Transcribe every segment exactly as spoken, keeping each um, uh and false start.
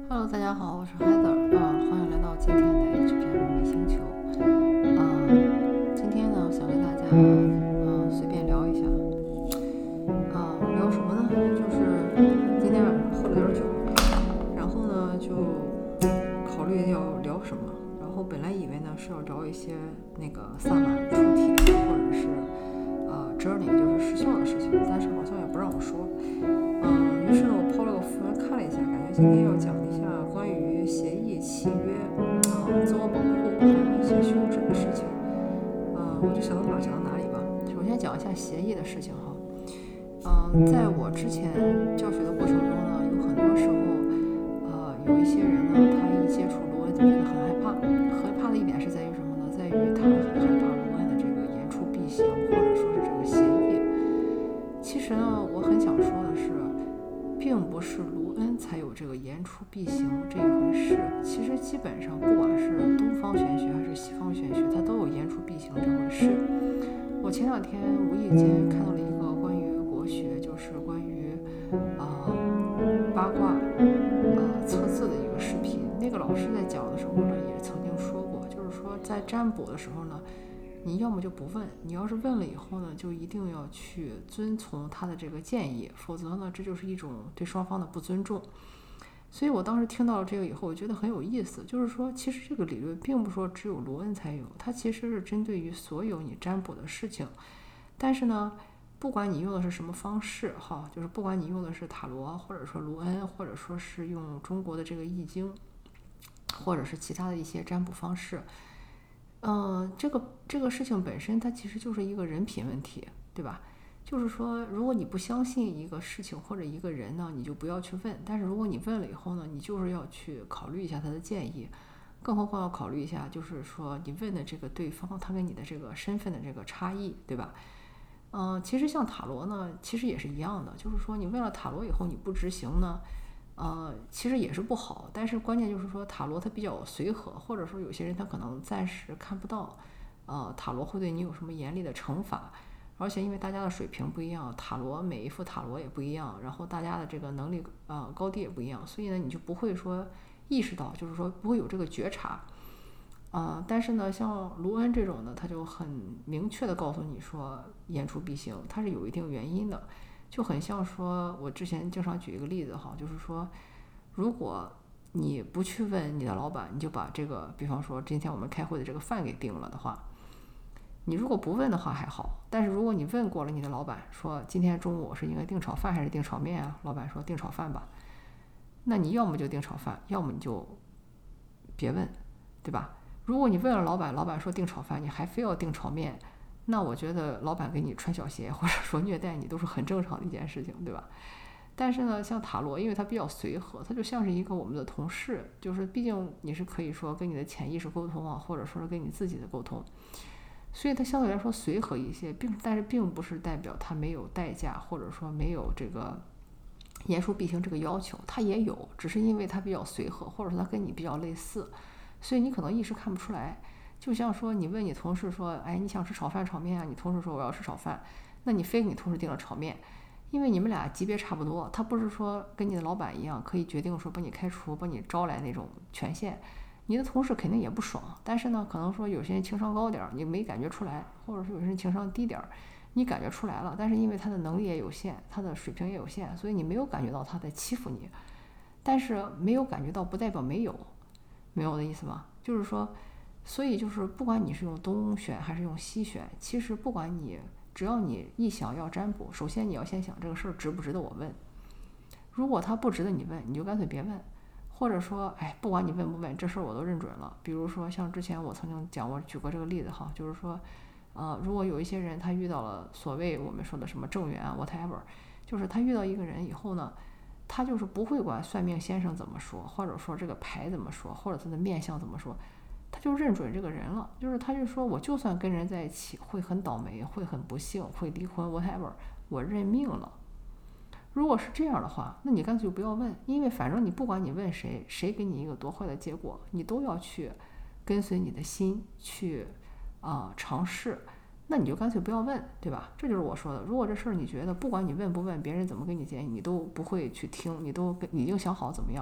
Hello，大家好，我是 Heather 啊，欢迎来到今天的 H P M 微星球啊。今天呢，想跟大家啊随便聊一下啊，聊什么呢？就是今天晚上喝了点酒，然后呢就考虑要聊什么。然后本来以为呢是要聊一些那个萨满出体或者是啊 journey 就是失效的事情，但是好像也不让我说。嗯，于是呢，我抛了个符文看了一下，感觉今天要讲一下关于协议、契约啊、自我保护还有一些休止的事情。嗯，我就想到哪儿讲到哪里吧。首先讲一下协议的事情哈。嗯，在我之前教学的过程中呢，有很多时候，呃，有一些人呢，他一接触罗恩就觉得很害怕。害怕的一点是在于什么呢？在于他很害怕罗恩的这个言出必行，或者说是这个协议。其实呢，我很想说的是，并不是卢恩才有这个言出必行这一回事。其实基本上，不管是东方玄学还是西方玄学，它都有言出必行这回事。我前两天无意间看到了一个关于国学，就是关于啊、呃、八卦啊、呃、测字的一个视频。那个老师在讲的时候呢，也曾经说过，就是说在占卜的时候呢，你要么就不问，你要是问了以后呢，就一定要去遵从他的这个建议，否则呢，这就是一种对双方的不尊重。所以我当时听到了这个以后，我觉得很有意思，就是说，其实这个理论并不说只有罗恩才有，它其实是针对于所有你占卜的事情。但是呢，不管你用的是什么方式，哈，就是不管你用的是塔罗，或者说卢恩，或者说是用中国的这个易经，或者是其他的一些占卜方式。嗯，这个这个事情本身它其实就是一个人品问题，对吧？就是说，如果你不相信一个事情或者一个人呢，你就不要去问。但是如果你问了以后呢，你就是要去考虑一下他的建议，更何况要考虑一下，就是说你问的这个对方他跟你的这个身份的这个差异，对吧？嗯，其实像塔罗呢，其实也是一样的，就是说你问了塔罗以后你不执行呢。呃，其实也是不好，但是关键就是说塔罗它比较随和，或者说有些人他可能暂时看不到，呃，塔罗会对你有什么严厉的惩罚，而且因为大家的水平不一样，塔罗每一副塔罗也不一样，然后大家的这个能力呃高低也不一样，所以呢你就不会说意识到，就是说不会有这个觉察，啊、呃，但是呢像卢恩这种呢，他就很明确的告诉你说言出必行，它是有一定原因的。就很像说，我之前经常举一个例子哈，就是说，如果你不去问你的老板，你就把这个，比方说今天我们开会的这个饭给定了的话，你如果不问的话还好，但是如果你问过了你的老板，说今天中午是应该订炒饭还是订炒面啊？老板说订炒饭吧，那你要么就订炒饭，要么你就别问，对吧？如果你问了老板，老板说订炒饭，你还非要订炒面，那我觉得老板给你穿小鞋或者说虐待你都是很正常的一件事情，对吧？但是呢，像塔罗，因为它比较随和，它就像是一个我们的同事，就是毕竟你是可以说跟你的潜意识沟通啊，或者说是跟你自己的沟通，所以它相对来说随和一些，并但是并不是代表它没有代价，或者说没有这个言出必行这个要求，它也有，只是因为它比较随和，或者说它跟你比较类似，所以你可能一时看不出来。就像说你问你同事说，哎，你想吃炒饭炒面啊？你同事说我要吃炒饭，那你非给你同事订了炒面，因为你们俩级别差不多，他不是说跟你的老板一样可以决定说把你开除、把你招来那种权限，你的同事肯定也不爽。但是呢，可能说有些人情商高点，你没感觉出来，或者说有些人情商低点，你感觉出来了，但是因为他的能力也有限，他的水平也有限，所以你没有感觉到他在欺负你。但是没有感觉到不代表没有，没有的意思吗？就是说。所以就是不管你是用东选还是用西选，其实不管你只要你一想要占卜，首先你要先想这个事儿值不值得我问。如果它不值得你问，你就干脆别问，或者说哎，不管你问不问，这事儿我都认准了。比如说像之前我曾经讲过举过这个例子哈，就是说呃，如果有一些人他遇到了所谓我们说的什么正缘 whatever， 就是他遇到一个人以后呢，他就是不会管算命先生怎么说，或者说这个牌怎么说，或者他的面相怎么说，他就认准这个人了，就是他就说我就算跟人在一起会很倒霉，会很不幸，会离婚 whatever， 我认命了。如果是这样的话，那你干脆就不要问，因为反正你不管你问谁，谁给你一个多坏的结果，你都要去跟随你的心去啊、呃、尝试，那你就干脆不要问，对吧？这就是我说的，如果这事儿你觉得不管你问不问，别人怎么给你建议，你都不会去听，你都已经想好怎么样了，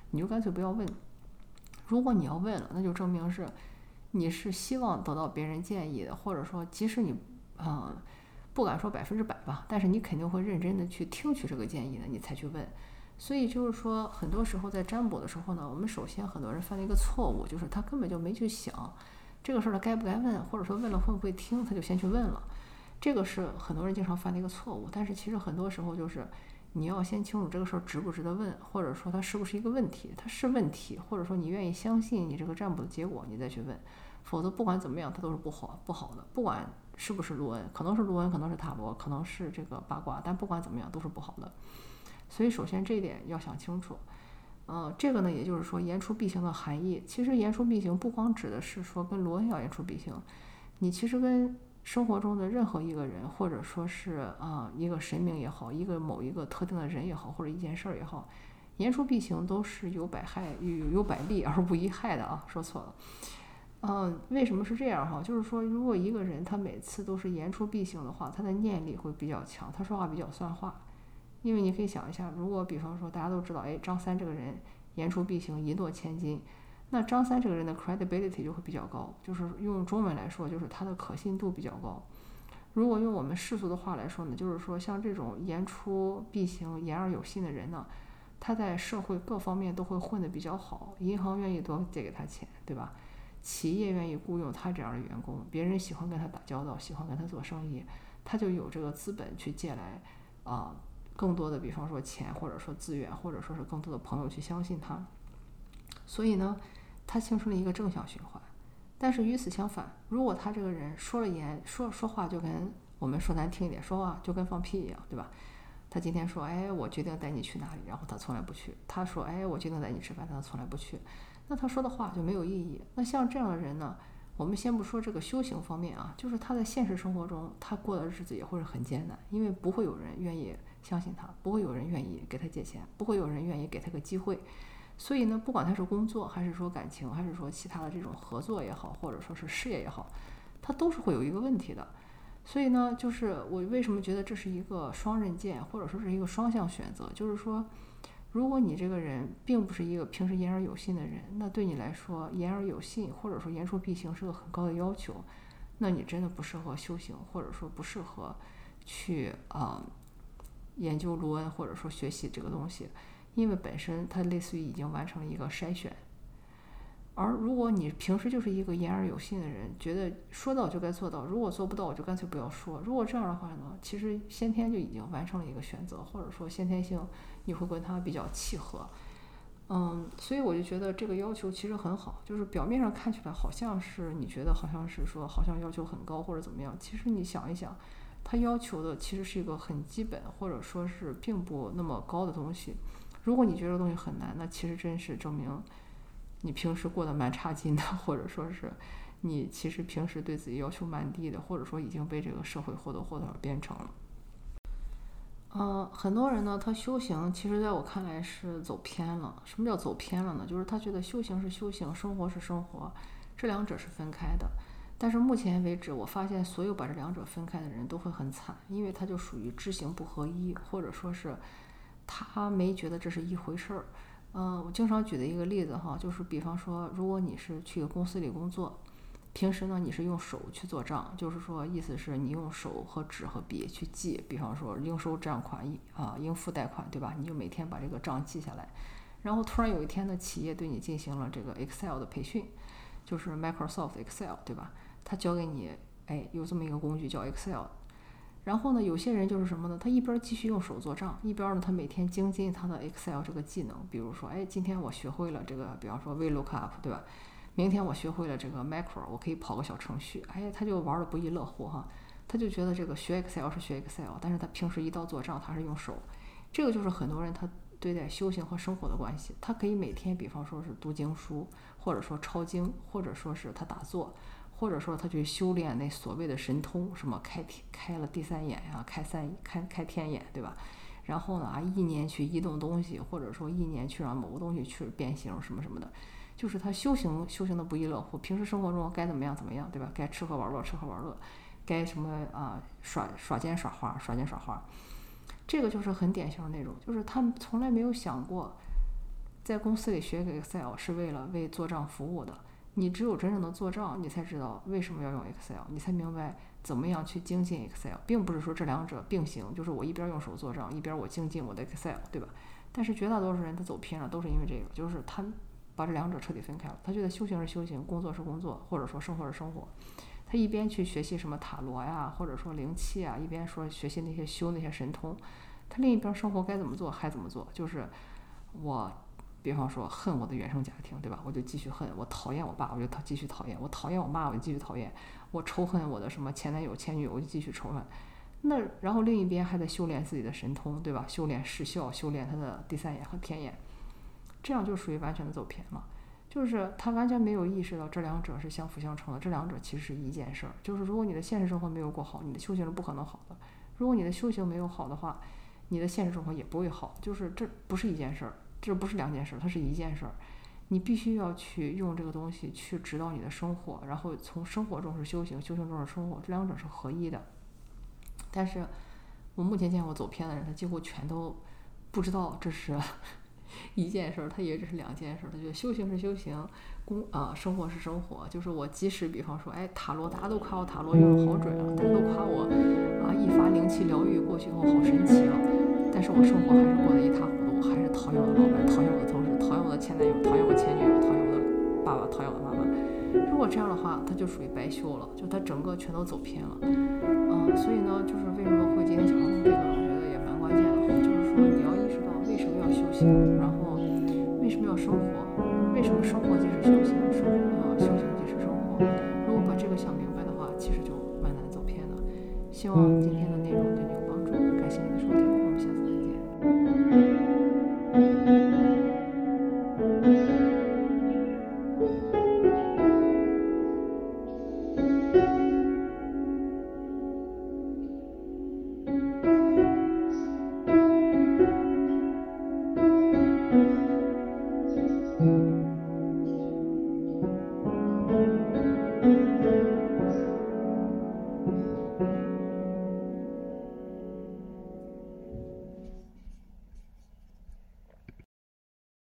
你就干脆不要问。如果你要问了，那就证明是你是希望得到别人建议的，或者说即使你啊、呃、不敢说百分之百吧，但是你肯定会认真的去听取这个建议的，你才去问。所以就是说，很多时候在占卜的时候呢，我们首先很多人犯了一个错误，就是他根本就没去想这个事儿他该不该问，或者说问了会不会听，他就先去问了。这个是很多人经常犯的一个错误。但是其实很多时候就是你要先清楚这个事儿值不值得问，或者说它是不是一个问题，它是问题，或者说你愿意相信你这个占卜的结果，你再去问。否则不管怎么样，它都是不好不好的。不管是不是卢恩，可能是卢恩，可能是塔罗，可能是这个八卦，但不管怎么样都是不好的。所以首先这一点要想清楚。呃，这个呢，也就是说言出必行的含义。其实言出必行不光指的是说跟罗恩要言出必行，你其实跟生活中的任何一个人，或者说是啊、呃、一个神明也好，一个某一个特定的人也好，或者一件事儿也好，言出必行都是有百害有有百利而无一害的啊，说错了。嗯、呃，为什么是这样哈？就是说，如果一个人他每次都是言出必行的话，他的念力会比较强，他说话比较算话。因为你可以想一下，如果比方说大家都知道，哎，张三这个人言出必行，一诺千金，那张三这个人的 credibility 就会比较高，就是用中文来说，就是他的可信度比较高。如果用我们世俗的话来说呢，就是说像这种言出必行、言而有信的人呢，他在社会各方面都会混得比较好，银行愿意多借给他钱，对吧？企业愿意雇佣他这样的员工，别人喜欢跟他打交道，喜欢跟他做生意，他就有这个资本去借来啊、呃、更多的，比方说钱，或者说资源，或者说是更多的朋友去相信他。所以呢，他形成了一个正向循环。但是与此相反，如果他这个人说了言说说话就跟我们说难听一点，说话就跟放屁一样，对吧？他今天说，哎，我决定带你去哪里，然后他从来不去。他说，哎，我决定带你吃饭，他从来不去。那他说的话就没有意义。那像这样的人呢，我们先不说这个修行方面啊，就是他在现实生活中，他过的日子也会是很艰难，因为不会有人愿意相信他，不会有人愿意给他借钱，不会有人愿意给他个机会。所以呢，不管他是工作，还是说感情，还是说其他的这种合作也好，或者说是事业也好，他都是会有一个问题的。所以呢，就是我为什么觉得这是一个双刃剑，或者说是一个双向选择，就是说，如果你这个人并不是一个平时言而有信的人，那对你来说，言而有信或者说言出必行是个很高的要求，那你真的不适合修行，或者说不适合去啊、呃、研究卢恩，或者说学习这个东西，因为本身它类似于已经完成了一个筛选。而如果你平时就是一个言而有信的人，觉得说到就该做到，如果做不到我就干脆不要说。如果这样的话呢，其实先天就已经完成了一个选择，或者说先天性你会跟他比较契合。嗯，所以我就觉得这个要求其实很好，就是表面上看起来好像是你觉得好像是说好像要求很高或者怎么样，其实你想一想，他要求的其实是一个很基本或者说是并不那么高的东西。如果你觉得东西很难，那其实真是证明你平时过得蛮差劲的，或者说是你其实平时对自己要求蛮低的，或者说已经被这个社会或多或少编程了。呃，很多人呢，他修行其实在我看来是走偏了。什么叫走偏了呢？就是他觉得修行是修行，生活是生活，这两者是分开的。但是目前为止，我发现所有把这两者分开的人都会很惨，因为他就属于知行不合一，或者说是他没觉得这是一回事儿。嗯、呃，我经常举的一个例子哈，就是比方说，如果你是去一个公司里工作，平时呢你是用手去做账，就是说意思是你用手和纸和笔去记，比方说应收账款啊、应付贷款，对吧？你就每天把这个账记下来。然后突然有一天呢，企业对你进行了这个 Excel 的培训，就是 Microsoft Excel， 对吧？他教给你，哎，有这么一个工具叫 Excel。然后呢，有些人就是什么呢？他一边继续用手做账，一边呢他每天精进他的 Excel 这个技能。比如说，哎，今天我学会了这个，比方说 VLOOKUP， 对吧？明天我学会了这个 macro， 我可以跑个小程序，哎，他就玩的不亦乐乎哈。他就觉得这个学 Excel 是学 Excel， 但是他平时一到做账他是用手。这个就是很多人他对待修行和生活的关系。他可以每天比方说是读经书，或者说抄经，或者说是他打坐，或者说他去修炼那所谓的神通，什么开开了第三眼呀、啊，开三开开天眼，对吧？然后呢啊，意念去移动东西，或者说意念去让某个东西去变形什么什么的。就是他修行修行的不亦乐乎，平时生活中该怎么样怎么样，对吧？该吃喝玩乐吃喝玩乐，该什么啊耍耍奸耍滑耍奸耍滑，这个就是很典型的那种，就是他们从来没有想过在公司里学个 Excel 是为了为做账服务的。你只有真正的做账，你才知道为什么要用 Excel， 你才明白怎么样去精进 Excel， 并不是说这两者并行，就是我一边用手做账，一边我精进我的 Excel， 对吧？但是绝大多数人他走偏了，都是因为这个，就是他把这两者彻底分开了。他觉得修行是修行，工作是工作，或者说生活是生活。他一边去学习什么塔罗呀，或者说灵气啊，一边说学习那些修那些神通，他另一边生活该怎么做还怎么做，就是我。比方说恨我的原生家庭，对吧？我就继续恨。我讨厌我爸，我就继续讨厌。我讨厌我妈，我就继续讨厌。我仇恨我的什么前男友前女友，我就继续仇恨。那然后另一边还在修炼自己的神通，对吧？修炼视效，修炼他的第三眼和天眼，这样就属于完全的走偏了。就是他完全没有意识到这两者是相辅相成的，这两者其实是一件事儿。就是如果你的现实生活没有过好，你的修行是不可能好的；如果你的修行没有好的话，你的现实生活也不会好。就是这不是一件事儿。这不是两件事，它是一件事儿。你必须要去用这个东西去指导你的生活，然后从生活中是修行，修行中是生活，这两者是合一的。但是我目前见过走偏的人，他几乎全都不知道这是一件事儿，他以为这是两件事儿。他觉得修行是修行，工啊、呃、生活是生活。就是我即使比方说，哎，塔罗大家都夸我塔罗用好准啊，大家都夸我啊一发灵气疗愈过去后好神奇啊，但是我生活还是过得一塌糊涂。我还是讨厌我的老板，讨厌我的同事，讨厌我的前男友，讨厌我前女友，讨厌我的爸爸，讨厌我的妈妈。如果这样的话，他就属于白修了，就他整个全都走偏了。嗯，所以呢，就是为什么会今天想要录这个，我觉得也蛮关键的。就是说你要意识到为什么要修行，然后为什么要生活，为什么生活即是修行，生活啊修行即是生活。如果把这个想明白的话，其实就蛮难走偏的。希望今天的内容对你有帮助，感谢你的收听，我们下次再见。嗯。